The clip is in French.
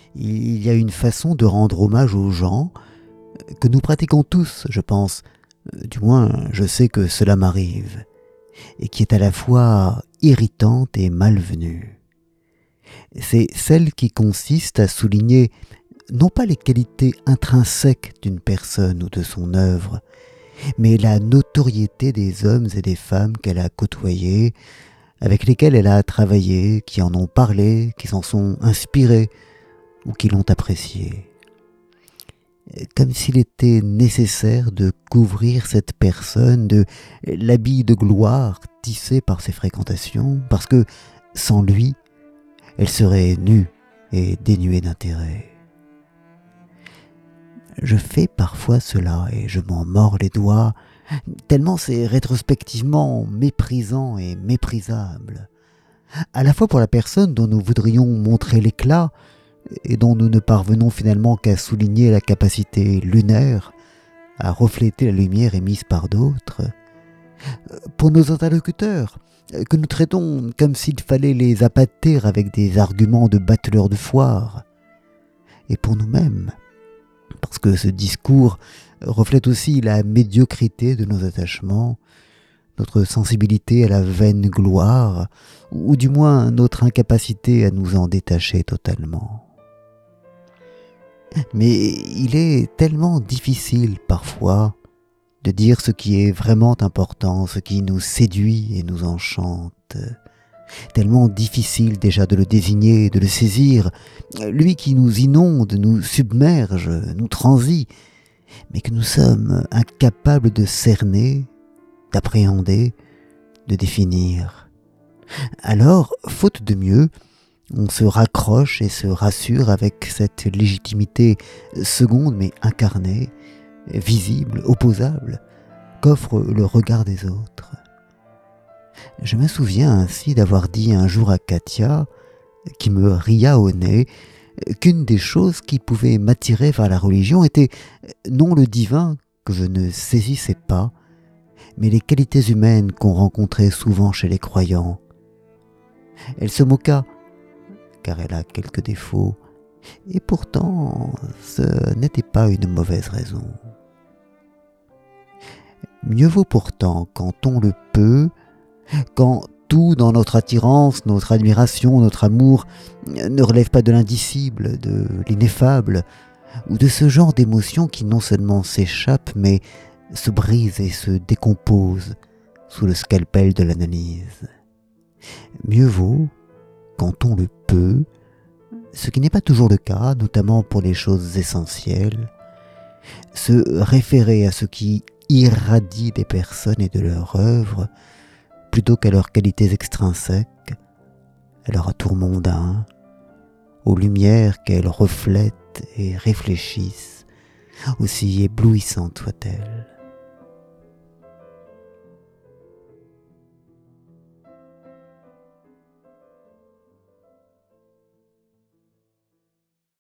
Il y a une façon de rendre hommage aux gens que nous pratiquons tous, je pense, du moins je sais que cela m'arrive, et qui est à la fois irritante et malvenue. C'est celle qui consiste à souligner non pas les qualités intrinsèques d'une personne ou de son œuvre, mais la notoriété des hommes et des femmes qu'elle a côtoyés, avec lesquels elle a travaillé, qui en ont parlé, qui s'en sont inspirés ou qui l'ont apprécié. Comme s'il était nécessaire de couvrir cette personne de l'habit de gloire tissé par ses fréquentations, parce que, sans lui, elle serait nue et dénuée d'intérêt. Je fais parfois cela et je m'en mords les doigts, tellement c'est rétrospectivement méprisant et méprisable, à la fois pour la personne dont nous voudrions montrer l'éclat et dont nous ne parvenons finalement qu'à souligner la capacité lunaire à refléter la lumière émise par d'autres, pour nos interlocuteurs, que nous traitons comme s'il fallait les appâter avec des arguments de bateleurs de foire, et pour nous-mêmes, parce que ce discours reflète aussi la médiocrité de nos attachements, notre sensibilité à la vaine gloire, ou du moins notre incapacité à nous en détacher totalement. Mais il est tellement difficile parfois de dire ce qui est vraiment important, ce qui nous séduit et nous enchante. Tellement difficile déjà de le désigner, de le saisir, lui qui nous inonde, nous submerge, nous transit, mais que nous sommes incapables de cerner, d'appréhender, de définir. Alors, faute de mieux, on se raccroche et se rassure avec cette légitimité seconde mais incarnée, visible, opposable, qu'offre le regard des autres. Je me souviens ainsi d'avoir dit un jour à Katia, qui me ria au nez, qu'une des choses qui pouvaient m'attirer vers la religion était non le divin que je ne saisissais pas, mais les qualités humaines qu'on rencontrait souvent chez les croyants. Elle se moqua, car elle a quelques défauts, et pourtant ce n'était pas une mauvaise raison. Mieux vaut pourtant, quand on le peut, quand tout dans notre attirance, notre admiration, notre amour ne relève pas de l'indicible, de l'ineffable, ou de ce genre d'émotions qui non seulement s'échappent, mais se brisent et se décomposent sous le scalpel de l'analyse. Mieux vaut, quand on le peut, ce qui n'est pas toujours le cas, notamment pour les choses essentielles, se référer à ce qui irradie des personnes et de leur œuvre, plutôt qu'à leurs qualités extrinsèques, à leur atour mondain, aux lumières qu'elles reflètent et réfléchissent, aussi éblouissantes soient-elles.